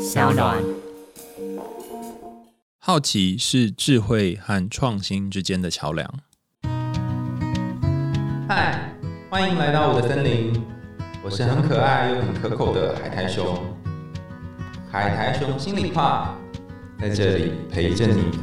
小暖。 好奇是智慧和创新之间的桥梁。 嗨，欢迎来到我的森林，我是很可爱又很可口的海苔熊。海苔熊心里话，在这里陪着你。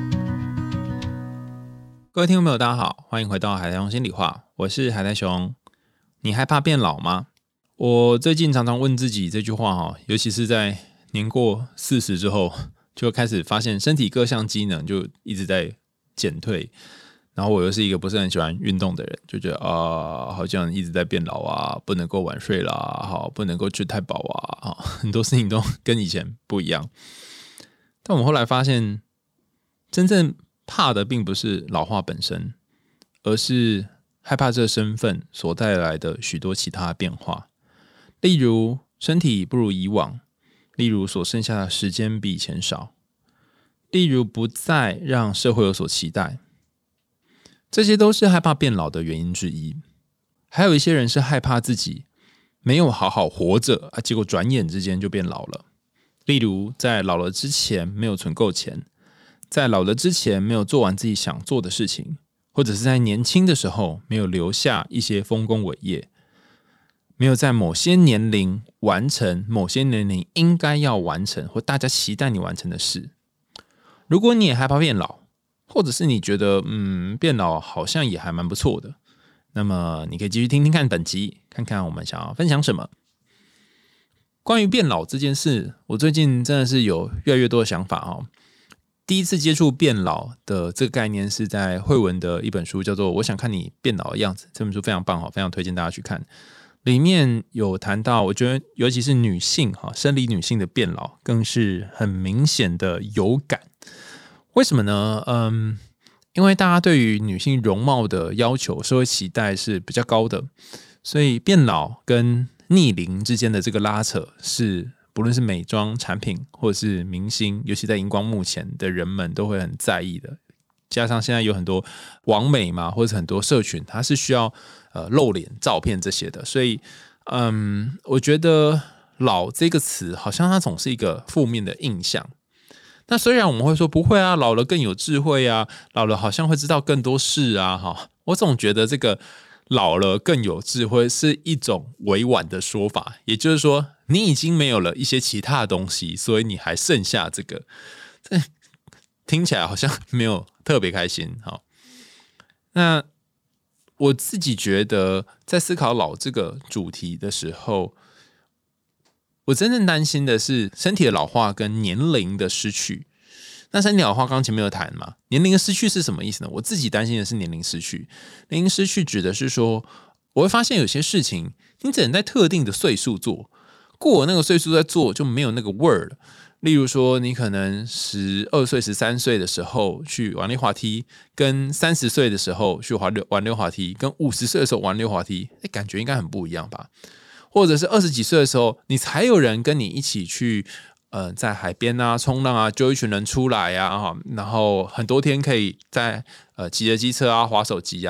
各位听众朋友，大家好，欢迎回到海苔熊心里话，我是海苔熊。你害怕变老吗？我最近常常问自己这句话，尤其是在年过40之后，就开始发现身体各项机能就一直在减退，然后我又是一个不是很喜欢运动的人，就觉得好像一直在变老啊，不能够晚睡啦，不能够吃太饱啊，很多事情都跟以前不一样。但我们后来发现，真正怕的并不是老化本身，而是害怕这身份所带来的许多其他的变化，例如身体不如以往，例如所剩下的时间比以前少，例如不再让社会有所期待，这些都是害怕变老的原因之一。还有一些人是害怕自己没有好好活着，结果转眼之间就变老了，例如在老了之前没有存够钱，在老了之前没有做完自己想做的事情，或者是在年轻的时候没有留下一些丰功伟业，没有在某些年龄完成某些年龄应该要完成或大家期待你完成的事。如果你也害怕变老，或者是你觉得变老好像也还蛮不错的，那么你可以继续听听看本集，看看我们想要分享什么。关于变老这件事，我最近真的是有越来越多的想法。第一次接触变老的这个概念是在慧文的一本书，叫做《我想看你变老的样子》，这本书非常棒，非常推荐大家去看。里面有谈到，我觉得尤其是女性生理女性的变老更是很明显的有感。为什么呢？因为大家对于女性容貌的要求、社会期待是比较高的，所以变老跟逆龄之间的这个拉扯是不论是美妆产品或者是明星，尤其在荧光幕前的人们都会很在意的。加上现在有很多网美嘛，或者很多社群，它是需要露脸照片这些的，所以我觉得老这个词好像它总是一个负面的印象。那虽然我们会说不会啊，老了更有智慧啊，老了好像会知道更多事啊，我总觉得这个老了更有智慧是一种委婉的说法，也就是说你已经没有了一些其他的东西，所以你还剩下这个，听起来好像没有特别开心。那我自己觉得在思考老这个主题的时候，我真正担心的是身体的老化跟年龄的失去。那身体老化刚刚前面有谈嘛，年龄的失去是什么意思呢？我自己担心的是年龄失去。年龄失去指的是说，我会发现有些事情你只能在特定的岁数做，过了那个岁数再做就没有那个味儿了。例如说你可能12岁13岁的时候去玩溜滑梯，跟30岁的时候去玩溜滑梯，跟50岁的时候玩溜滑梯，感觉应该很不一样吧。或者是20几岁的时候，你才有人跟你一起去在海边冲浪揪一群人出来然后很多天可以在骑着机车滑手机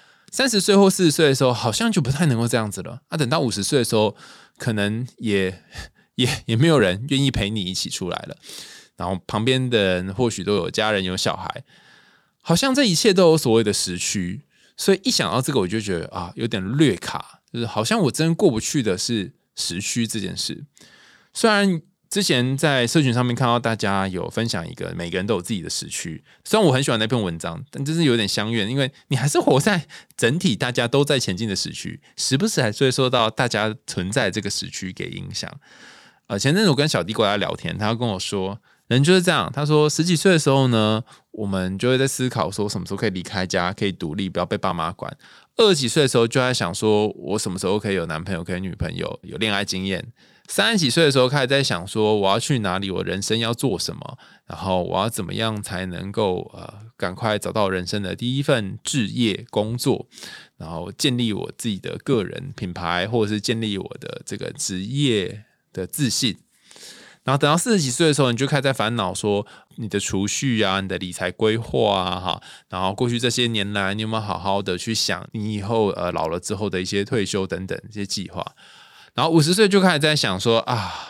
30岁或40岁的时候好像就不太能够这样子了。等到50岁的时候，可能也没有人愿意陪你一起出来了，然后旁边的人或许都有家人有小孩，好像这一切都有所谓的时区。所以一想到这个我就觉得有点略卡，就是好像我真过不去的是时区这件事。虽然之前在社群上面看到大家有分享一个每个人都有自己的时区，虽然我很喜欢那篇文章，但真是有点相怨，因为你还是活在整体大家都在前进的时区，时不时还是会受到大家存在这个时区给影响。前阵子我跟小弟过来聊天，他跟我说人就是这样，他说10几岁的时候呢，我们就会在思考说什么时候可以离开家，可以独立，不要被爸妈管。20几岁的时候就在想说我什么时候可以有男朋友可以女朋友，有恋爱经验。30几岁的时候开始在想说我要去哪里，我人生要做什么，然后我要怎么样才能够赶快找到人生的第一份志业工作，然后建立我自己的个人品牌，或者是建立我的这个职业的自信。然后等到40几岁的时候，你就开始在烦恼说你的储蓄你的理财规划然后过去这些年来你有没有好好的去想你以后老了之后的一些退休等等这些计划。然后50岁就开始在想说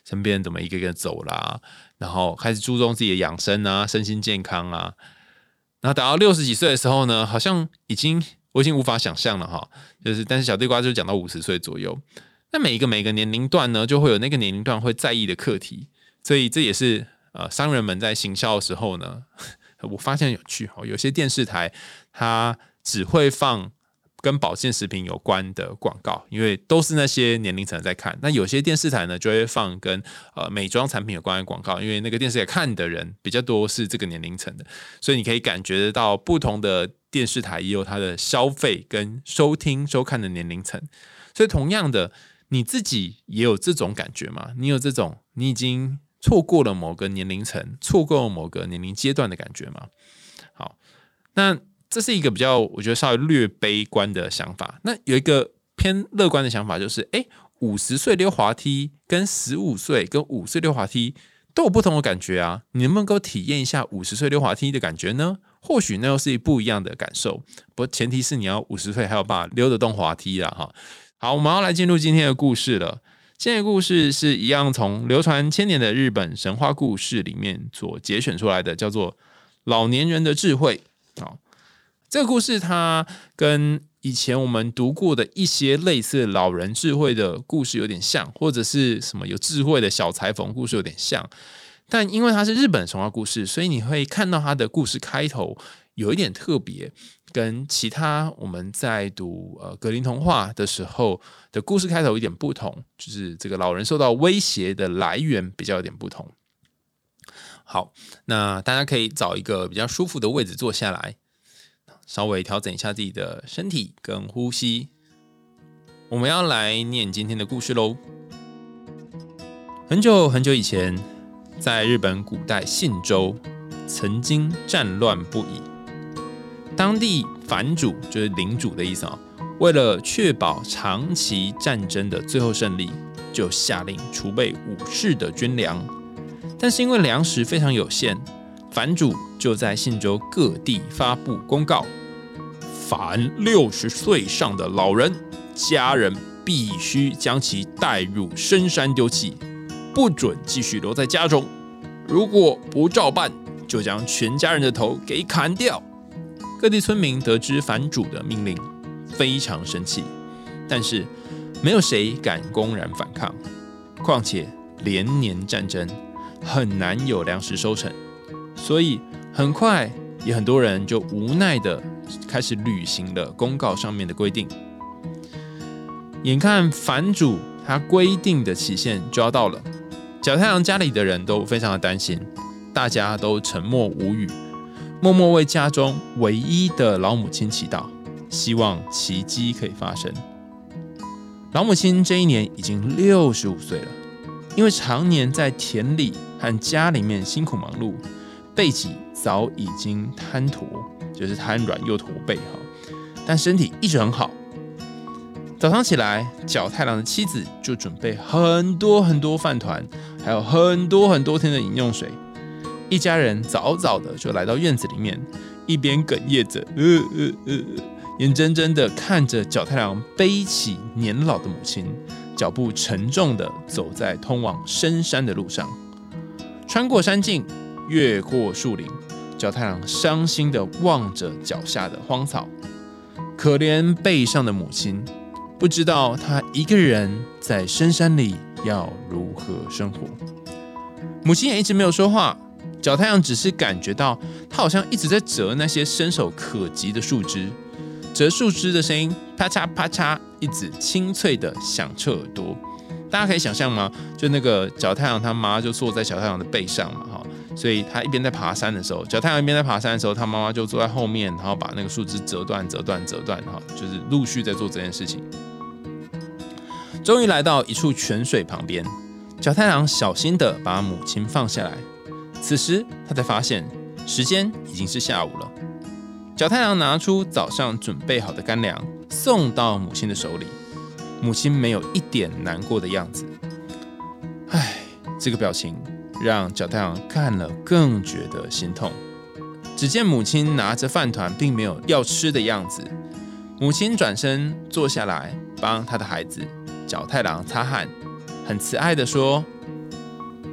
身边怎么一个个走啦，然后开始注重自己的养生啊，身心健康啊。然后打到60几岁的时候呢，好像我已经无法想象了哈，但是小地瓜就讲到50岁左右。那每个年龄段呢，就会有那个年龄段会在意的课题，所以这也是商人们在行销的时候呢，我发现有趣哈，有些电视台它只会放跟保健食品有关的广告，因为都是那些年龄层在看。那有些电视台呢，就会放跟美妆产品有关的广告，因为那个电视台看的人比较多是这个年龄层的，所以你可以感觉得到不同的电视台也有它的消费跟收看的年龄层。所以同样的，你自己也有这种感觉吗？你有这种你已经错过了某个年龄层，错过了某个年龄阶段的感觉吗？好，那这是一个比较我觉得稍微略悲观的想法。那有一个偏乐观的想法，就是50岁溜滑梯跟15岁跟5岁溜滑梯都有不同的感觉啊，你能不能够体验一下50岁溜滑梯的感觉呢？或许那又是不一样的感受，不过前提是你要50岁还有办法溜得动滑梯啦哈。好，我们要来进入今天的故事了。今天的故事是一样从流传千年的日本神话故事里面所节选出来的，叫做老年人的智慧。好，这个故事它跟以前我们读过的一些类似老人智慧的故事有点像，或者是什么有智慧的小裁缝故事有点像，但因为它是日本神话故事，所以你会看到它的故事开头有一点特别，跟其他我们在读格林童话的时候的故事开头有点不同，就是这个老人受到威胁的来源比较有点不同。好，那大家可以找一个比较舒服的位置坐下来，稍微调整一下自己的身体跟呼吸。我们要来念今天的故事咯。很久很久以前，在日本古代信州曾经战乱不已，当地藩主就是领主的意思为了确保长期战争的最后胜利，就下令储备武士的军粮。但是因为粮食非常有限，藩主就在信州各地发布公告，凡60岁上的老人家人必须将其带入深山丢弃，不准继续留在家中。如果不照办，就将全家人的头给砍掉。各地村民得知藩主的命令，非常生气，但是没有谁敢公然反抗。况且连年战争，很难有粮食收成，所以很快也很多人就无奈的开始履行了公告上面的规定。眼看藩主他规定的期限就要到了，角太郎家里的人都非常的担心，大家都沉默无语，默默为家中唯一的老母亲祈祷，希望奇迹可以发生。老母亲这一年已经65岁了，因为常年在田里和家里面辛苦忙碌，背脊早已经瘫驼，就是瘫软又驼背，但身体一直很好。早上起来，角太郎的妻子就准备很多很多饭团，还有很多很多天的饮用水。一家人早早的就来到院子里面，一边哽咽着，眼睁睁的看着角太郎背起年老的母亲，脚步沉重的走在通往深山的路上。穿过山径，越过树林，角太郎伤心的望着脚下的荒草，可怜背上的母亲，不知道他一个人在深山里要如何生活。母亲也一直没有说话，角太郎只是感觉到他好像一直在折那些伸手可及的树枝，折树枝的声音啪嚓啪嚓，一直清脆的响彻耳朵。大家可以想象吗？就那个角太郎他妈就坐在角太郎的背上嘛，所以他一边在爬山的时候，角太郎一边在爬山的时候，他妈妈就坐在后面，然后把那个树枝折断，就是陆续在做这件事情。终于来到一处泉水旁边，角太郎小心的把母亲放下来。此时他才发现时间已经是下午了。角太郎拿出早上准备好的干粮，送到母亲的手里。母亲没有一点难过的样子。这个表情让角太郎看了更觉得心痛。只见母亲拿着饭团，并没有要吃的样子。母亲转身坐下来，帮他的孩子角太郎擦汗，很慈爱的说：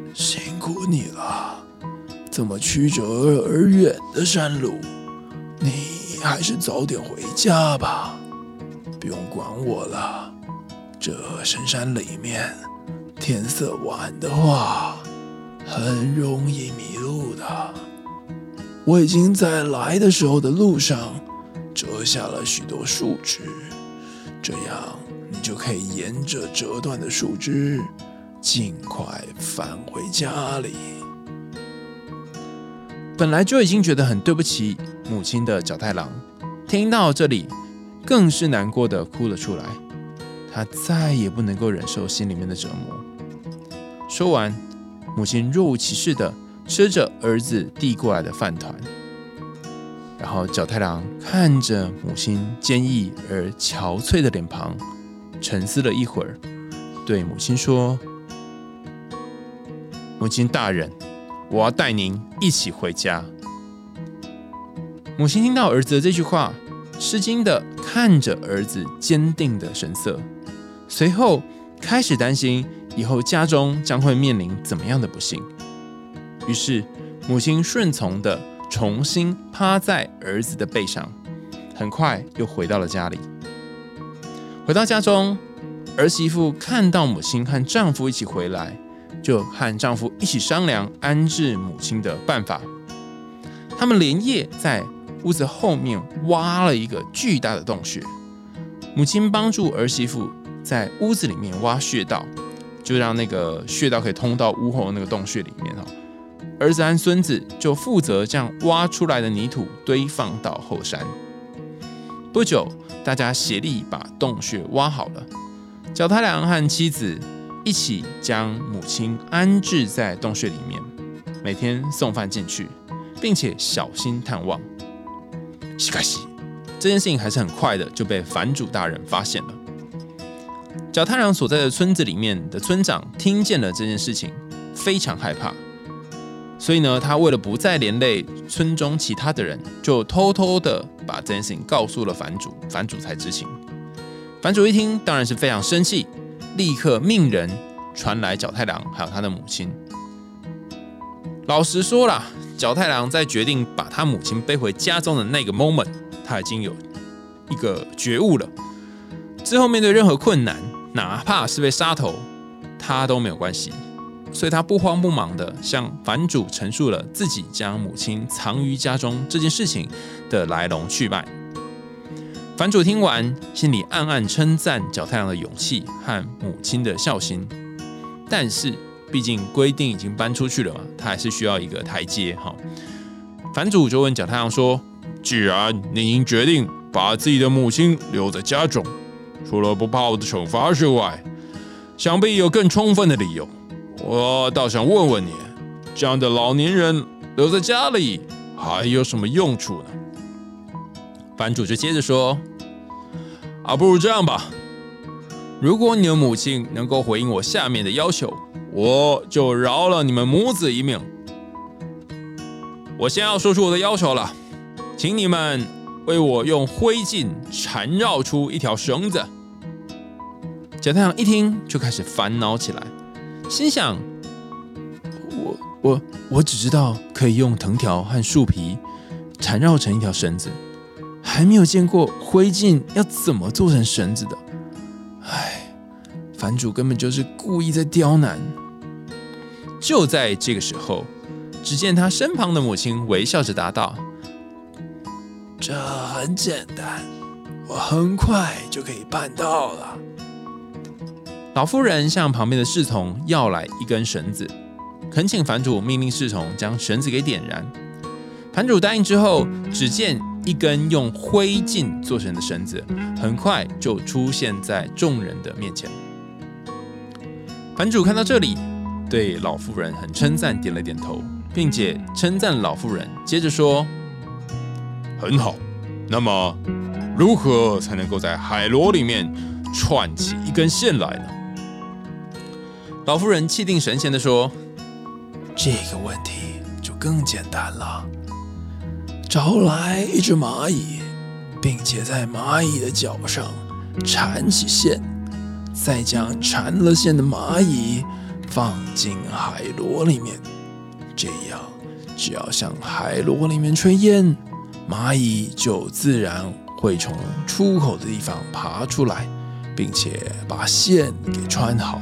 辛苦你了，这么曲折而远的山路，你还是早点回家吧。不用管我了，这深山里面，天色晚的话，很容易迷路的。我已经在来的时候的路上折下了许多树枝，这样你就可以沿着折断的树枝尽快返回家里。 本来就已经觉得很对不起母亲的角太郎，听到这里更是难过的哭了出来。他再也不能够忍受心里面的折磨。说完，母亲若无其事的吃着儿子递过来的饭团，然后角太郎看着母亲坚毅而憔悴的脸庞，沉思了一会儿，对母亲说：“母亲大人，我要带您一起回家。”母亲听到儿子的这句话，吃惊的看着儿子坚定的神色，随后开始担心以后家中将会面临怎么样的不幸。于是母亲顺从的重新趴在儿子的背上，很快又回到了家里。回到家中，儿媳妇看到母亲和丈夫一起回来，就和丈夫一起商量安置母亲的办法。他们连夜在屋子后面挖了一个巨大的洞穴，母亲帮助儿媳妇在屋子里面挖穴道，就让那个穴道可以通到屋后那个洞穴里面。儿子和孙子就负责将挖出来的泥土堆放到后山。不久，大家协力把洞穴挖好了。角太郎和妻子一起将母亲安置在洞穴里面，每天送饭进去，并且小心探望。しかし，这件事情还是很快的就被藩主大人发现了。角太郎所在的村子里面的村长听见了这件事情，非常害怕，所以呢，他为了不再连累村中其他的人，就偷偷的把这件事情告诉了藩主，藩主才知情。藩主一听，当然是非常生气，立刻命人传来角太郎还有他的母亲。老实说啦，角太郎在决定把他母亲背回家中的那个 moment， 他已经有一个觉悟了。之后面对任何困难，哪怕是被杀头，他都没有关系。所以他不慌不忙的向藩主陈述了自己将母亲藏于家中这件事情的来龙去脉。藩主听完，心里暗暗称赞角太郎的勇气和母亲的孝心，但是毕竟规定已经搬出去了嘛，他还是需要一个台阶。藩主就问角太郎说：“既然你已经决定把自己的母亲留在家中，除了不怕我的惩罚之外，想必有更充分的理由。我倒想问问你，这样的老年人留在家里还有什么用处呢？”藩主就接着说：“不如这样吧，如果你的母亲能够回应我下面的要求，我就饶了你们母子一命。我先要说出我的要求了，请你们为我用灰烬缠绕出一条绳子。”角太郎一听就开始烦恼起来，心想：我只知道可以用藤条和树皮缠绕成一条绳子，还没有见过灰烬要怎么做成绳子的。藩主根本就是故意在刁难。就在这个时候，只见他身旁的母亲微笑着答道：“ 这很简单，我很快就可以办到了。” 老妇人向旁边的侍从要来一根绳子，恳请藩主命令侍从将绳子给点燃。藩主答应之后，只见一根用灰烬做成的绳子，很快就出现在众人的面前。藩主看到这里，对老妇人很称赞，点了点头，并且称赞老妇人，接着说：“很好，那么如何才能够在海螺里面串起一根线来呢？”老妇人气定神闲地说：“ 这个问题就更简单了，找来一只蚂蚁，并且在蚂蚁的脚上缠起线，再将缠了线的蚂蚁放进海螺里面，这样只要向海螺里面吹烟，蚂蚁就自然会从出口的地方爬出来，并且把线给穿好。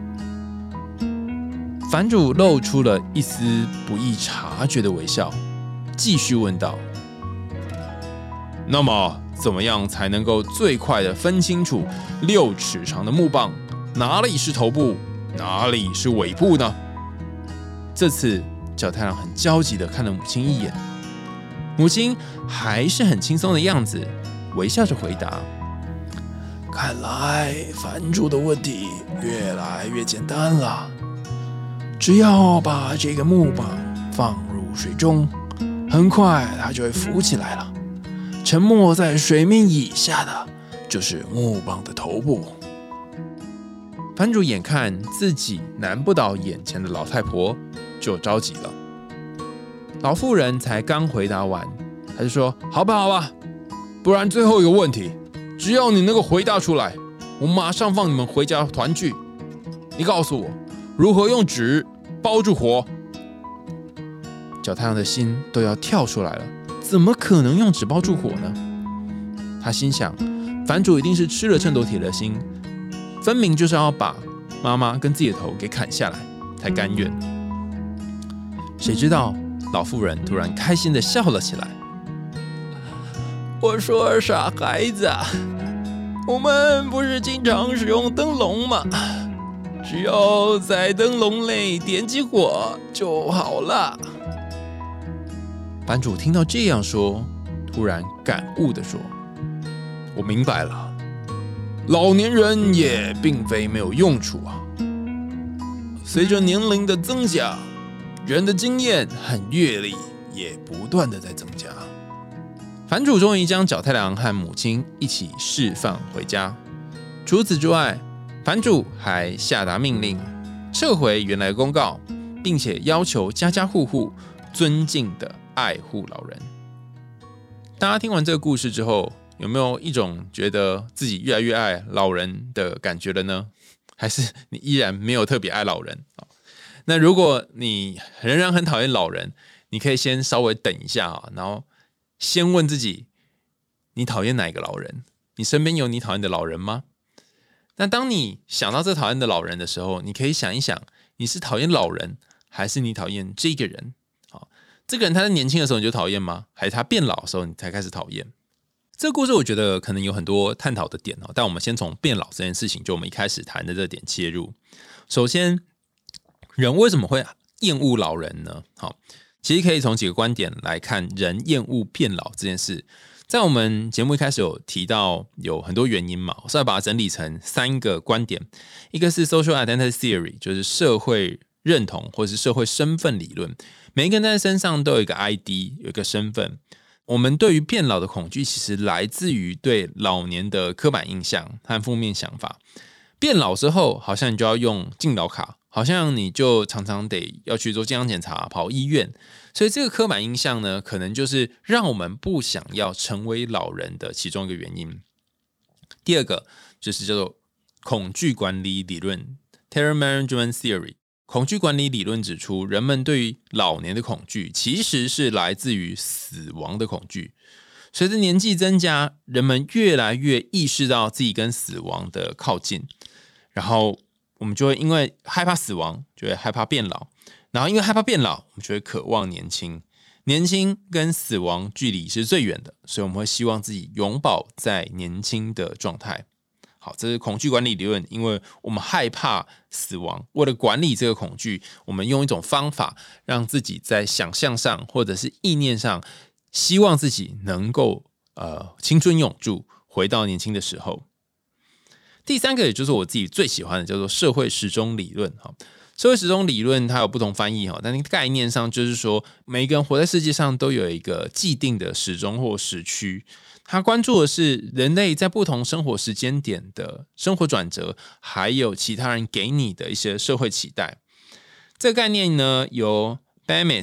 反主露出了一丝不易察觉的微笑，继续问道：那么怎么样才能够最快的分清楚6尺长的木棒哪里是头部，哪里是尾部呢？这次角太郎很焦急地看了母亲一眼，母亲还是很轻松的样子，微笑着回答： 看来反主的问题越来越简单了，只要把这个木棒放入水中，很快它就会浮起来了。沉没在水面以下的就是木棒的头部。 反主眼看自己难不倒眼前的老太婆，就着急了。老妇人才刚回答完，他就说：好吧好吧，不然最后一个问题，只要你能够回答出来，我马上放你们回家团聚。你告诉我，如何用纸包住火？角太郎的心都要跳出来了，怎么可能用纸包住火呢？他心想，反主一定是吃了秤砣铁了心，分明就是要把妈妈跟自己的头给砍下来才甘愿。谁知道老妇人突然开心地笑了起来。 我说傻孩子，我们不是经常使用灯笼吗？只要在灯笼内点起火就好了。 版主听到这样说，突然感悟地说： 我明白了，老年人也并非没有用处啊。随着年龄的增加，人的经验和阅历也不断的在增加。 反主终于将角太郎和母亲一起释放回家。除此之外，反主还下达命令，撤回原来的公告，并且要求家家户户尊敬的爱护老人。大家听完这个故事之后，有没有一种觉得自己越来越爱老人的感觉了呢？还是你依然没有特别爱老人？那如果你仍然很讨厌老人，你可以先稍微等一下，然后先问自己，你讨厌哪一个老人？你身边有你讨厌的老人吗？那当你想到这讨厌的老人的时候，你可以想一想，你是讨厌老人，还是你讨厌这个人？这个人他在年轻的时候你就讨厌吗？还是他变老的时候你才开始讨厌？这个故事我觉得可能有很多探讨的点，但我们先从变老这件事情，就我们一开始谈的这点切入。首先，人为什么会厌恶老人呢？其实可以从几个观点来看人厌恶变老这件事。在我们节目一开始有提到有很多原因嘛，我稍微把它整理成3个观点。一个是 social identity theory， 就是社会认同或是社会身份理论。每一个人在身上都有一个 ID， 有一个身份。我们对于变老的恐惧其实来自于对老年的刻板印象和负面想法。变老之后好像你就要用敬老卡，好像你就常常得要去做健康检查，跑医院。所以这个刻板印象呢，可能就是让我们不想要成为老人的其中一个原因。第二个就是叫做恐惧管理理论 Terror Management Theory。恐惧管理理论指出，人们对于老年的恐惧其实是来自于死亡的恐惧。随着年纪增加，人们越来越意识到自己跟死亡的靠近，然后我们就会因为害怕死亡，就会害怕变老，然后因为害怕变老，我们就会渴望年轻。年轻跟死亡距离是最远的，所以我们会希望自己永保在年轻的状态。好，这是恐惧管理理论，因为我们害怕死亡，为了管理这个恐惧，我们用一种方法让自己在想象上或者是意念上，希望自己能够青春永驻，回到年轻的时候。第3个也就是我自己最喜欢的，叫做社会时钟理论。社会时钟理论它有不同翻译，但概念上就是说，每一个人活在世界上都有一个既定的时钟或时区。他关注的是人类在不同生活时间点的生活转折，还有其他人给你的一些社会期待。这个概念呢，由 Bemis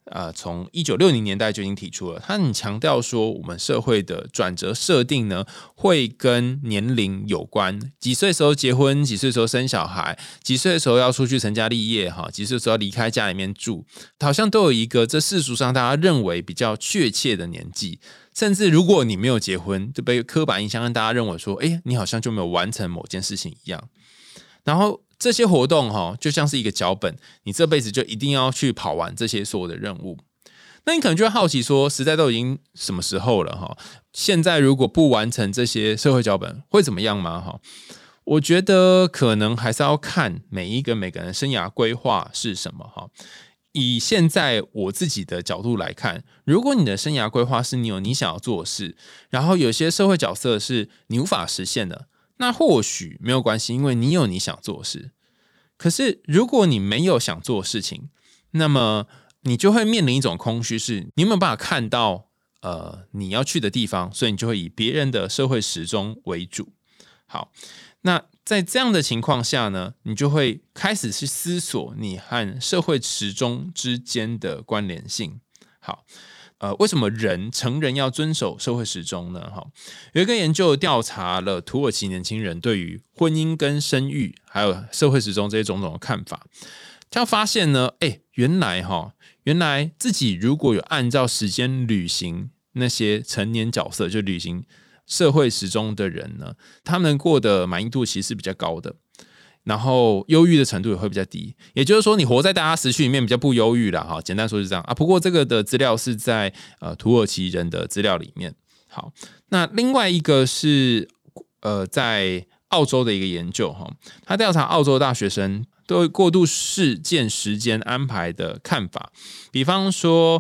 从1960年代就已经提出了，他很强调说，我们社会的转折设定呢，会跟年龄有关，几岁的时候结婚，几岁的时候生小孩，几岁的时候要出去成家立业，几岁的时候要离开家里面住，好像都有一个这世俗上大家认为比较确切的年纪。甚至如果你没有结婚，就被刻板印象让大家认为说，你好像就没有完成某件事情一样。然后这些活动就像是一个脚本，你这辈子就一定要去跑完这些所有的任务。那你可能就会好奇说，时代都已经什么时候了现在如果不完成这些社会脚本会怎么样吗？我觉得可能还是要看每个人的生涯规划是什么。以现在我自己的角度来看，如果你的生涯规划是你有你想要做的事，然后有些社会角色是你无法实现的，那或许没有关系，因为你有你想做的事。可是如果你没有想做的事情，那么你就会面临一种空虚，是你有没有办法看到你要去的地方，所以你就会以别人的社会时钟为主。好，那在这样的情况下呢，你就会开始去思索你和社会时钟之间的关联性。好，为什么成人要遵守社会时钟呢？有一个研究调查了土耳其年轻人对于婚姻跟生育还有社会时钟这些种种的看法，这样发现呢，原来自己如果有按照时间履行那些成年角色，就履行社会时钟的人呢，他们过的满意度其实是比较高的，然后忧郁的程度也会比较低。也就是说，你活在大家时区里面比较不忧郁啦，简单说是这样啊。不过这个的资料是在土耳其人的资料里面。好，那另外一个是在澳洲的一个研究他调查澳洲大学生对过度事件时间安排的看法，比方说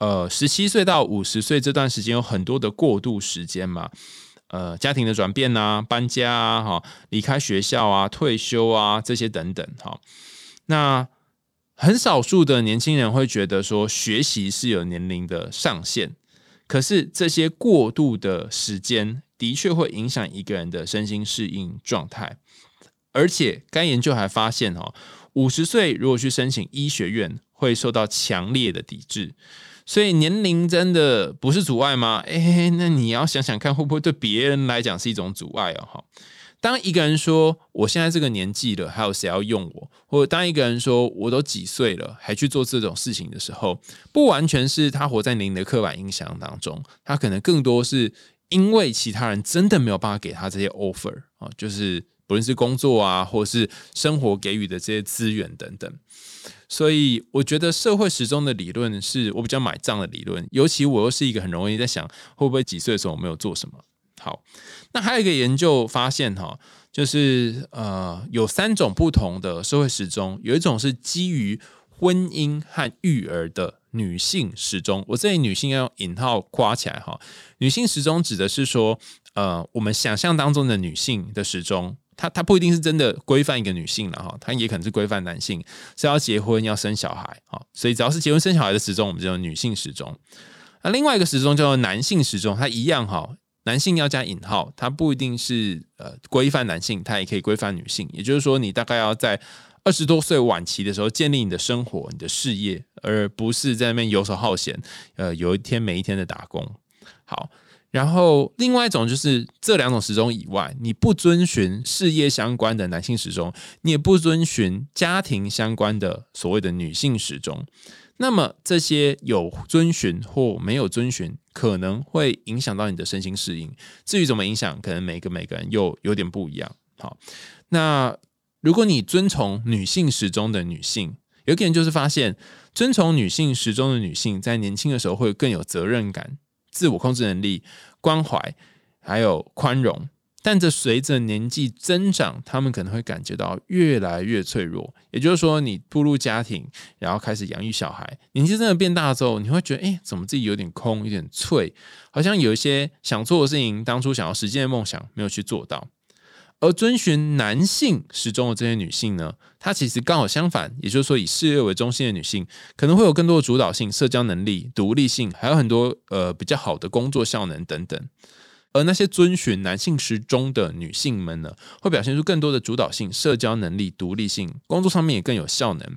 17岁到50岁这段时间有很多的过渡时间嘛，家庭的转变啊，搬家啊，离开学校啊，退休啊，这些等等。那很少数的年轻人会觉得说学习是有年龄的上限，可是这些过渡的时间的确会影响一个人的身心适应状态。而且该研究还发现50岁如果去申请医学院会受到强烈的抵制。所以年龄真的不是阻碍吗？那你要想想看，会不会对别人来讲是一种阻碍当一个人说我现在这个年纪了，还有谁要用我？或者当一个人说我都几岁了，还去做这种事情的时候，不完全是他活在您的刻板印象当中，他可能更多是因为其他人真的没有办法给他这些 offer 就是不论是工作啊，或是生活给予的这些资源等等。所以我觉得社会时钟的理论是我比较买账的理论，尤其我又是一个很容易在想会不会几岁的时候我没有做什么。好，那还有一个研究发现就是有3种不同的社会时钟，有一种是基于婚姻和育儿的女性时钟。我这里女性要用引号括起来女性时钟指的是说我们想象当中的女性的时钟，它不一定是真的规范一个女性了它也可能是规范男性，是要结婚要生小孩所以只要是结婚生小孩的时钟，我们就有女性时钟。那另外一个时钟叫做男性时钟，它一样男性要加引号，它不一定是规范男性，它也可以规范女性。也就是说，你大概要在20多岁晚期的时候建立你的生活、你的事业，而不是在那边游手好闲，有一天没一天的打工。好，然后另外一种就是这2种时钟以外，你不遵循事业相关的男性时钟，你也不遵循家庭相关的所谓的女性时钟。那么这些有遵循或没有遵循，可能会影响到你的身心适应。至于怎么影响，可能每个人又有点不一样。好，那如果你遵从女性时钟的女性，有一个研究是发现，遵从女性时钟的女性在年轻的时候会更有责任感、自我控制能力、关怀，还有宽容。但这随着年纪增长，他们可能会感觉到越来越脆弱。也就是说，你步入家庭，然后开始养育小孩，年纪真的变大之后，你会觉得怎么自己有点空，有点脆，好像有一些想做的事情，当初想要实现的梦想没有去做到。而遵循男性时钟的这些女性呢，她其实刚好相反，也就是说以事业为中心的女性可能会有更多的主导性、社交能力、独立性，还有很多比较好的工作效能等等。而那些遵循男性时钟的女性们呢，会表现出更多的主导性、社交能力、独立性，工作上面也更有效能。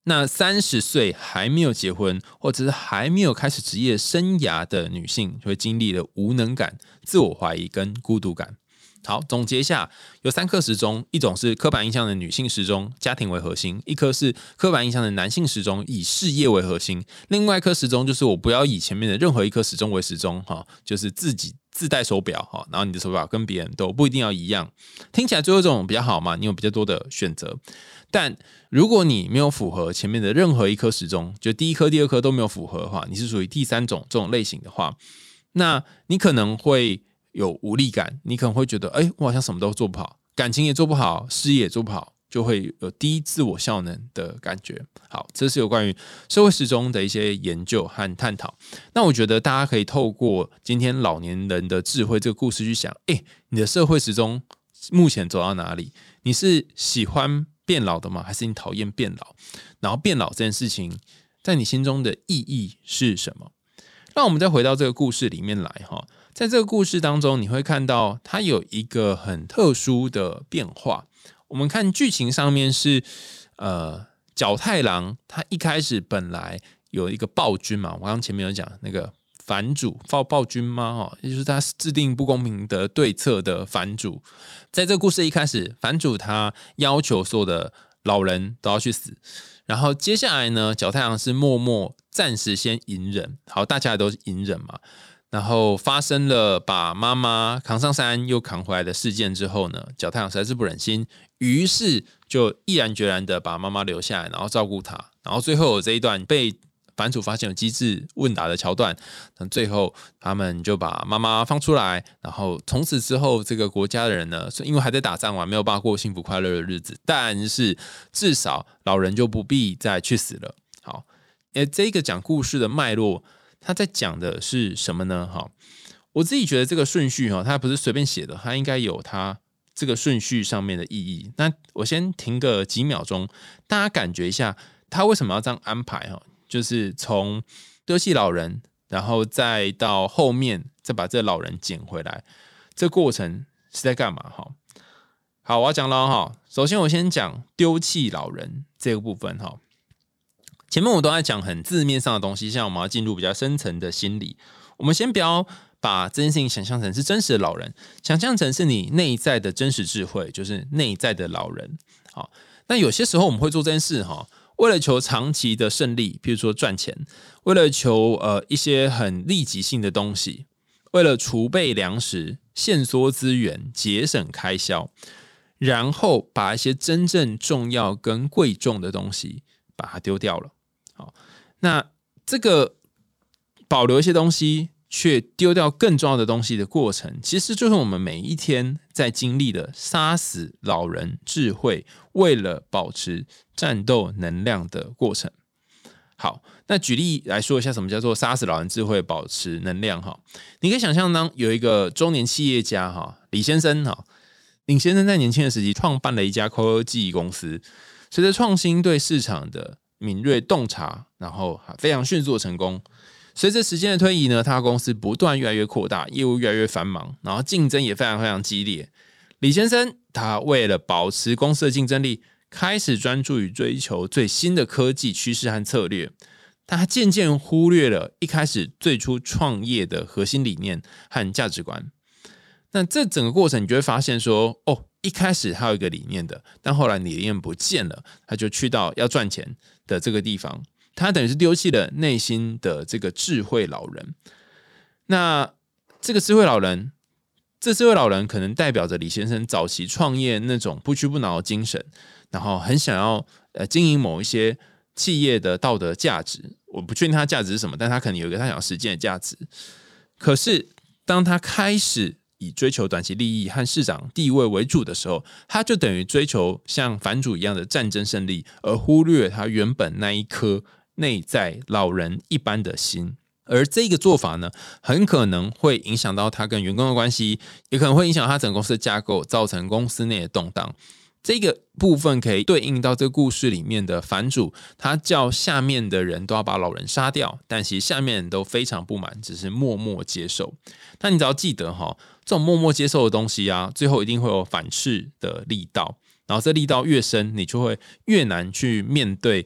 那30岁还没有结婚，或者是还没有开始职业生涯的女性，就会经历了无能感、自我怀疑跟孤独感。好，总结一下，有3颗时钟，一种是刻板印象的女性时钟，家庭为核心；一颗是刻板印象的男性时钟，以事业为核心；另外一颗时钟就是我不要以前面的任何一颗时钟为时钟，就是自己自带手表，然后你的手表跟别人都不一定要一样。听起来最后一种比较好嘛，你有比较多的选择。但如果你没有符合前面的任何一颗时钟，就第一颗、第二颗都没有符合的话，你是属于第3种这种类型的话，那你可能会有无力感，你可能会觉得，我好像什么都做不好，感情也做不好，事业也做不好，就会有低自我效能的感觉。好，这是有关于社会时钟的一些研究和探讨。那我觉得大家可以透过今天老年人的智慧这个故事去想，你的社会时钟目前走到哪里？你是喜欢变老的吗？还是你讨厌变老？然后变老这件事情在你心中的意义是什么？让我们再回到这个故事里面来哈。在这个故事当中，你会看到它有一个很特殊的变化。我们看剧情上面是，角太郎他一开始本来有一个暴君嘛，我刚刚前面有讲那个反主暴君嘛，也就是他制定不公平的对策的反主。在这个故事一开始，反主他要求所有的老人都要去死，然后接下来呢，角太郎是默默暂时先隐忍，好，大家都是隐忍嘛。然后发生了把妈妈扛上山又扛回来的事件之后呢，角太郎实在是不忍心，于是就毅然决然的把妈妈留下来，然后照顾她。然后最后有这一段被反主发现有机智问答的桥段，最后他们就把妈妈放出来，然后从此之后这个国家的人呢，因为还在打仗嘛，没有办法过幸福快乐的日子，但是至少老人就不必再去死了。好，这个讲故事的脉络他在讲的是什么呢？我自己觉得这个顺序它不是随便写的，它应该有它这个顺序上面的意义。那我先停个几秒钟，大家感觉一下他为什么要这样安排，就是从丢弃老人，然后再到后面再把这个老人捡回来，这过程是在干嘛？好，我要讲了。首先我先讲丢弃老人这个部分。前面我都在讲很字面上的东西，现在我们要进入比较深层的心理。我们先不要把这件事情想象成是真实的老人，想象成是你内在的真实智慧，就是内在的老人。好，那有些时候我们会做这件事，为了求长期的胜利，譬如说赚钱，为了求一些很立即性的东西，为了储备粮食、限缩资源、节省开销，然后把一些真正重要跟贵重的东西把它丢掉了。好，那这个保留一些东西却丢掉更重要的东西的过程，其实就是我们每一天在经历的杀死老人智慧，为了保持战斗能量的过程。好，那举例来说一下，什么叫做杀死老人智慧，保持能量？你可以想象当有一个中年企业家李先生，李先生在年轻的时期创办了一家科技公司，随着创新对市场的敏锐洞察，然后非常迅速的成功。随着时间的推移呢，他的公司不断越来越扩大，业务越来越繁忙，然后竞争也非常非常激烈。李先生他为了保持公司的竞争力，开始专注于追求最新的科技趋势和策略。他渐渐忽略了一开始最初创业的核心理念和价值观。那这整个过程你就会发现说，一开始他有一个理念的，但后来理念不见了，他就去到要赚钱的这个地方，他等于是丢弃了内心的这个智慧老人。那这个智慧老人，可能代表着李先生早期创业那种不屈不挠的精神，然后很想要经营某一些企业的道德价值。我不确定他的价值是什么，但他可能有一个他想实践的价值。可是当他开始以追求短期利益和市场地位为主的时候，他就等于追求像反主一样的战争胜利，而忽略他原本那一颗内在老人一般的心。而这个做法呢，很可能会影响到他跟员工的关系，也可能会影响他整个公司的架构，造成公司内的动荡。这个部分可以对应到这个故事里面的反主，他叫下面的人都要把老人杀掉，但其实下面人都非常不满，只是默默接受。那你只要记得这种默默接受的东西啊，最后一定会有反噬的力道，然后这力道越深，你就会越难去面对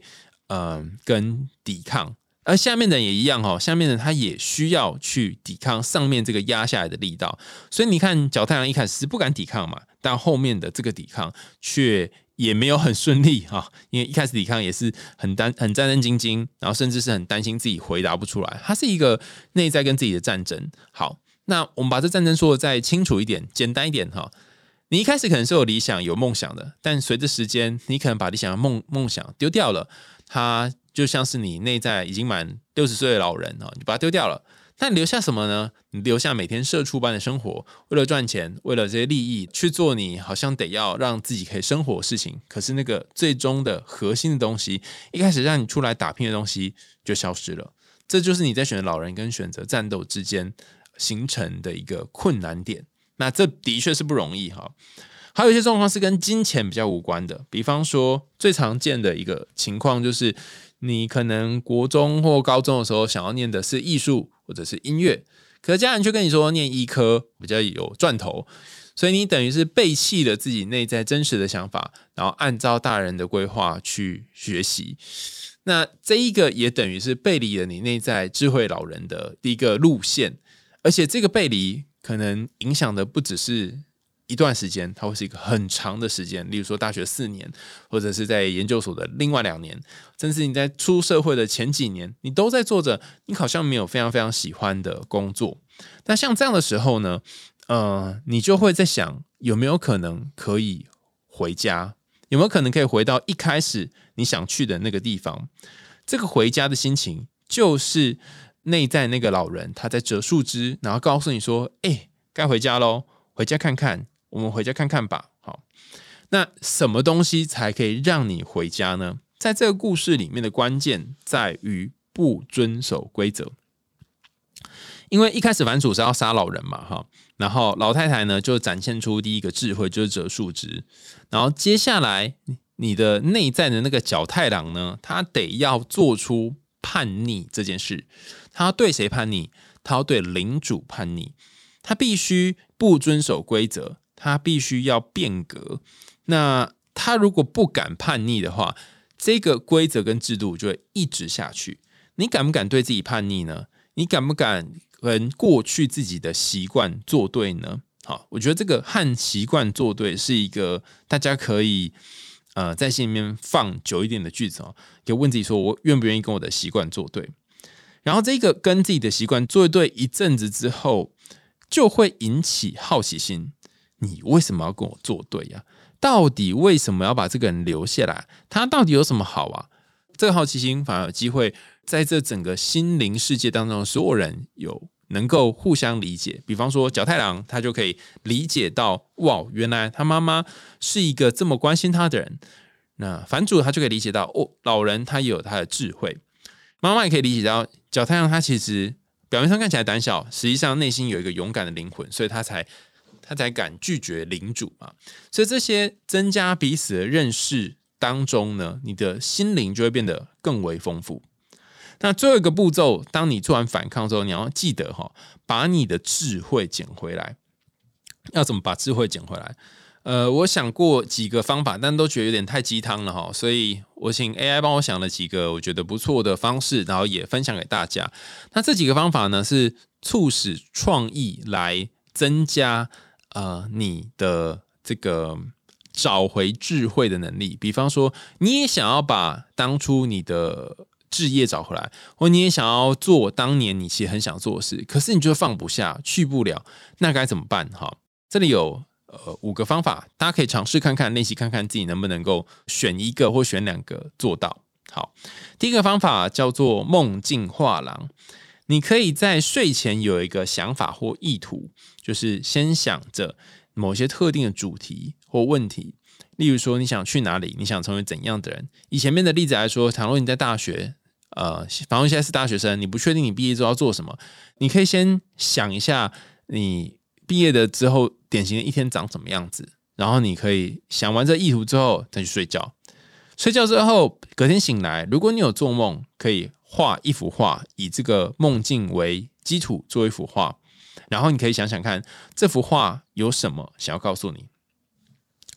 跟抵抗。而下面的人也一样下面的人他也需要去抵抗上面这个压下来的力道，所以你看角太郎一开始是不敢抵抗嘛，但后面的这个抵抗却也没有很顺利因为一开始抵抗也是很战战兢兢，然后甚至是很担心自己回答不出来，它是一个内在跟自己的战争。好，那我们把这战争说的再清楚一点简单一点你一开始可能是有理想有梦想的，但随着时间你可能把理想的梦想丢掉了，它就像是你内在已经满60岁的老人你把它丢掉了，那你留下什么呢？你留下每天社畜般的生活，为了赚钱，为了这些利益去做你好像得要让自己可以生活的事情，可是那个最终的核心的东西，一开始让你出来打拼的东西就消失了。这就是你在选择老人跟选择战斗之间形成的一个困难点。那这的确是不容易还有一些状况是跟金钱比较无关的，比方说最常见的一个情况就是你可能国中或高中的时候想要念的是艺术或者是音乐，可是家人却跟你说念医科比较有赚头，所以你等于是背弃了自己内在真实的想法，然后按照大人的规划去学习。那这一个也等于是背离了你内在智慧老人的第一个路线，而且这个背离可能影响的不只是一段时间，它会是一个很长的时间，例如说大学4年，或者是在研究所的另外2年，甚至你在出社会的前几年，你都在做着你好像没有非常非常喜欢的工作。那像这样的时候呢，你就会在想有没有可能可以回家，有没有可能可以回到一开始你想去的那个地方。这个回家的心情就是内在那个老人他在折树枝，然后告诉你说该回家咯，回家看看，我们回家看看吧。好，那什么东西才可以让你回家呢？在这个故事里面的关键在于不遵守规则。因为一开始反主是要杀老人嘛，然后老太太呢就展现出第一个智慧，就是折树枝，然后接下来你的内在的那个角太郎呢，他得要做出叛逆这件事。他要对谁叛逆？他要对领主叛逆，他必须不遵守规则，他必须要变革。那他如果不敢叛逆的话，这个规则跟制度就会一直下去。你敢不敢对自己叛逆呢？你敢不敢跟过去自己的习惯作对呢？好，我觉得这个和习惯作对是一个大家可以在心里面放久一点的句子可以问自己说，我愿不愿意跟我的习惯作对？然后这个跟自己的习惯作对一阵子之后，就会引起好奇心。你为什么要跟我作对呀？到底为什么要把这个人留下来？他到底有什么好啊？这个好奇心反而有机会在这整个心灵世界当中，所有人有能够互相理解。比方说角太郎，他就可以理解到，哇，原来他妈妈是一个这么关心他的人。那反主他就可以理解到，老人他也有他的智慧。妈妈也可以理解到，角太郎他其实表面上看起来胆小，实际上内心有一个勇敢的灵魂，所以他才敢拒绝领主嘛。所以这些增加彼此的认识当中呢，你的心灵就会变得更为丰富。那最后一个步骤，当你做完反抗之后，你要记得把你的智慧捡回来。要怎么把智慧捡回来？我想过几个方法，但都觉得有点太鸡汤了所以我请 AI 帮我想了几个我觉得不错的方式，然后也分享给大家。那这几个方法呢，是促使创意来增加你的这个找回智慧的能力。比方说，你也想要把当初你的志业找回来，或你也想要做当年你其实很想做的事，可是你就放不下，去不了，那该怎么办？这里有5个方法，大家可以尝试看看，练习看看自己能不能够选一个或选2个做到。好，第一个方法叫做梦境画廊。你可以在睡前有一个想法或意图，就是先想着某些特定的主题或问题，例如说你想去哪里，你想成为怎样的人。以前面的例子来说，倘若你在大学反正现在是大学生，你不确定你毕业之后要做什么，你可以先想一下你毕业的之后典型的一天长什么样子，然后你可以想完这意图之后再去睡觉。睡觉之后隔天醒来，如果你有做梦，可以画一幅画，以这个梦境为基础做一幅画，然后你可以想想看这幅画有什么想要告诉你。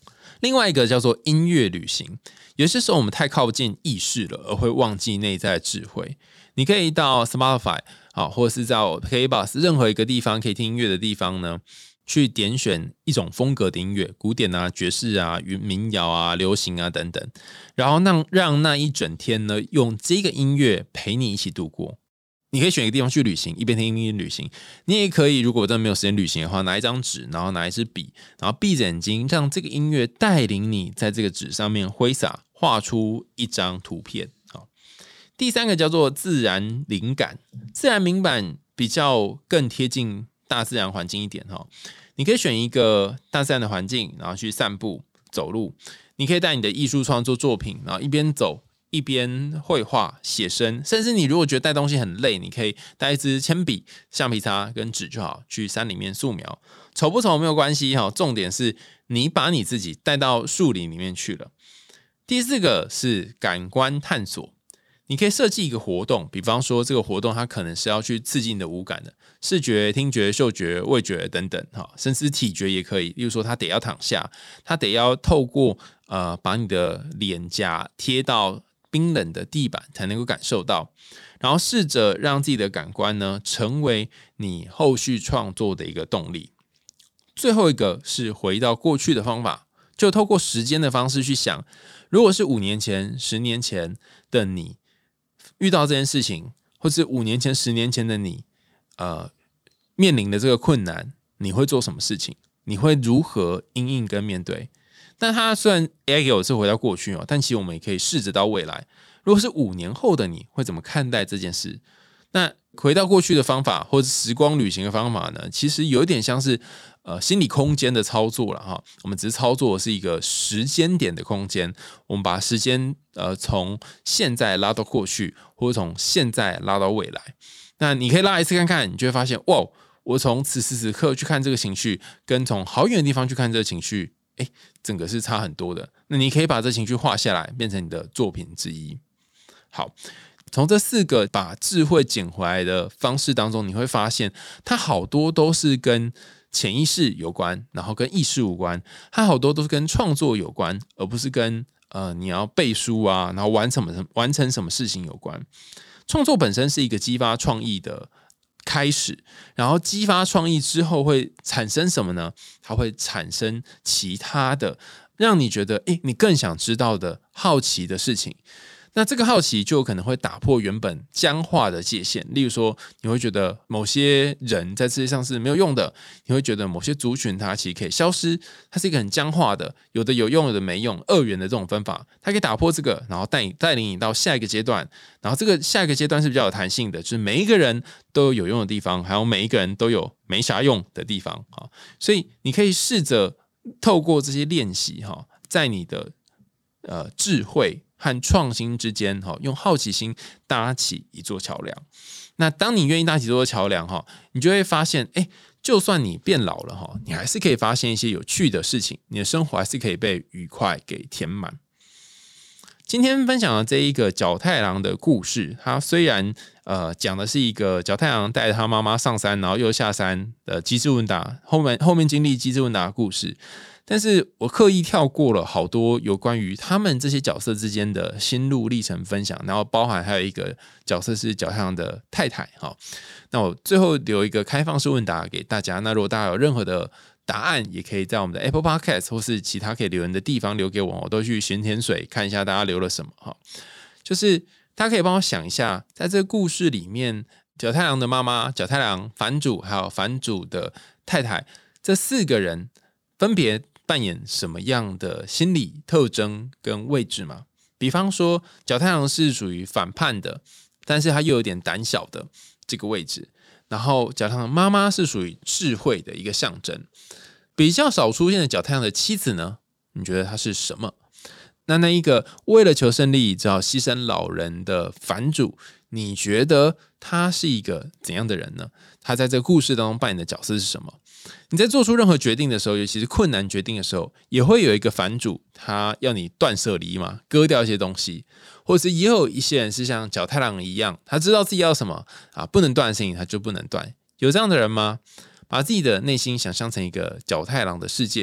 另外一个叫做音乐旅行，有些时候我们太靠近意识了，而会忘记内在的智慧。你可以到 Spotify 或者是在 KKBOX 任何一个地方可以听音乐的地方呢，去点选一种风格的音乐，古典啊、爵士啊、民谣啊、流行啊等等，然后让那一整天呢，用这个音乐陪你一起度过。你可以选一个地方去旅行，一边听一边旅行。你也可以，如果真的没有时间旅行的话，拿一张纸，然后拿一支笔，然后闭着眼睛，让这个音乐带领你在这个纸上面挥洒，画出一张图片。第三个叫做自然灵感，自然灵感比较更贴近大自然环境一点。你可以选一个大自然的环境，然后去散步、走路。你可以带你的艺术创作作品，然后一边走一边绘画、写生，甚至你如果觉得带东西很累，你可以带一支铅笔、橡皮擦跟纸就好，去山里面素描。丑不丑没有关系，重点是你把你自己带到树林里面去了。第四个是感官探索，你可以设计一个活动，比方说这个活动它可能是要去刺激你的五感的，视觉、听觉、嗅觉、味觉等等，甚至体觉也可以。例如说，它得要躺下，它得要透过把你的脸颊贴到冰冷的地板才能够感受到，然后试着让自己的感官呢成为你后续创作的一个动力。最后一个是回到过去的方法，就透过时间的方式去想，如果是5年前、10年前的你遇到这件事情，或是5年前、10年前的你面临的这个困难，你会做什么事情？你会如何因应跟面对？但它虽然 AI 给我是回到过去，但其实我们也可以试着到未来。如果是5年后的你会怎么看待这件事？那回到过去的方法，或者时光旅行的方法呢？其实有点像是心理空间的操作了哈。我们只是操作的是一个时间点的空间，我们把时间从现在拉到过去，或者从现在拉到未来。那你可以拉一次看看，你就会发现，哇，我从此时此刻去看这个情绪，跟从好远的地方去看这个情绪，整个是差很多的。那你可以把这情绪画下来，变成你的作品之一。好，从这4个把智慧捡回来的方式当中，你会发现它好多都是跟潜意识有关，然后跟意识无关。它好多都是跟创作有关，而不是跟你要背书啊，然后完成什么事情有关。创作本身是一个激发创意的开始，然后激发创意之后会产生什么呢？它会产生其他的让你觉得你更想知道的好奇的事情。那这个好奇就有可能会打破原本僵化的界限，例如说你会觉得某些人在世界上是没有用的，你会觉得某些族群它其实可以消失，它是一个很僵化的，有的有用有的没用，2元的这种分法，它可以打破这个，然后带领你到下一个阶段。然后这个下一个阶段是比较有弹性的，就是每一个人都有用的地方，还有每一个人都有没啥用的地方。所以你可以试着透过这些练习，在你的智慧和创新之间，用好奇心搭起一座桥梁。那当你愿意搭起这座桥梁，你就会发现，就算你变老了，你还是可以发现一些有趣的事情，你的生活还是可以被愉快给填满。今天分享的这一个角太郎的故事，它虽然讲的是一个角太郎带着他妈妈上山，然后又下山的机智问答，后面经历机智问答的故事。但是我刻意跳过了好多有关于他们这些角色之间的心路历程分享，然后包含还有一个角色是角太郎的太太。那我最后留一个开放式问答给大家，那如果大家有任何的答案，也可以在我们的 Apple Podcast 或是其他可以留言的地方留给我，我都去咸甜水看一下大家留了什么。就是大家可以帮我想一下，在这个故事里面，角太郎的妈妈、角太郎、藩主还有藩主的太太这4个人分别扮演什么样的心理特征跟位置吗？比方说角太郎是属于反叛的，但是他又有点胆小的这个位置，然后角太郎妈妈是属于智慧的一个象征。比较少出现的角太郎的妻子呢，你觉得她是什么？那一个为了求胜利只好牺牲老人的藩主，你觉得他是一个怎样的人呢？他在这个故事当中扮演的角色是什么？你在做出任何决定的时候，尤其是困难决定的时候，也会有一个藩主，他要你断舍离嘛，割掉一些东西，或者是也有一些人是像角太郎一样，他知道自己要什么不能断的事情他就不能断。有这样的人吗？把自己的内心想象成一个角太郎的世界，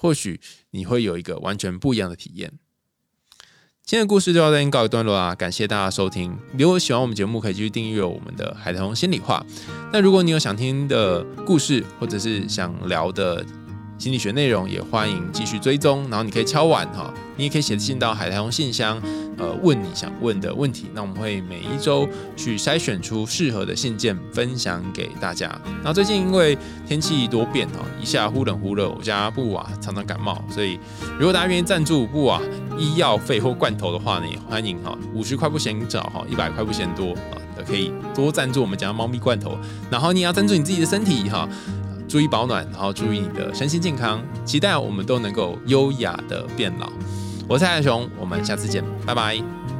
或许你会有一个完全不一样的体验。今天的故事就到这边告一段落啦，感谢大家收听。如果喜欢我们节目，可以继续订阅我们的海苔熊心里话。那如果你有想听的故事，或者是想聊的心理学内容，也欢迎继续追踪。然后你可以敲碗哈，你也可以写信到海苔熊信箱，问你想问的问题。那我们会每一周去筛选出适合的信件，分享给大家。然后最近因为天气多变哈，一下忽冷忽热，我家布瓦常常感冒，所以如果大家愿意赞助布瓦医药费或罐头的话呢，也欢迎哈，50块不嫌少哈，100块不嫌多啊，可以多赞助我们家猫咪罐头。然后你也要赞助你自己的身体哈。注意保暖，然后注意你的身心健康，期待我们都能够优雅的变老。我是海苔熊，我们下次见，拜拜。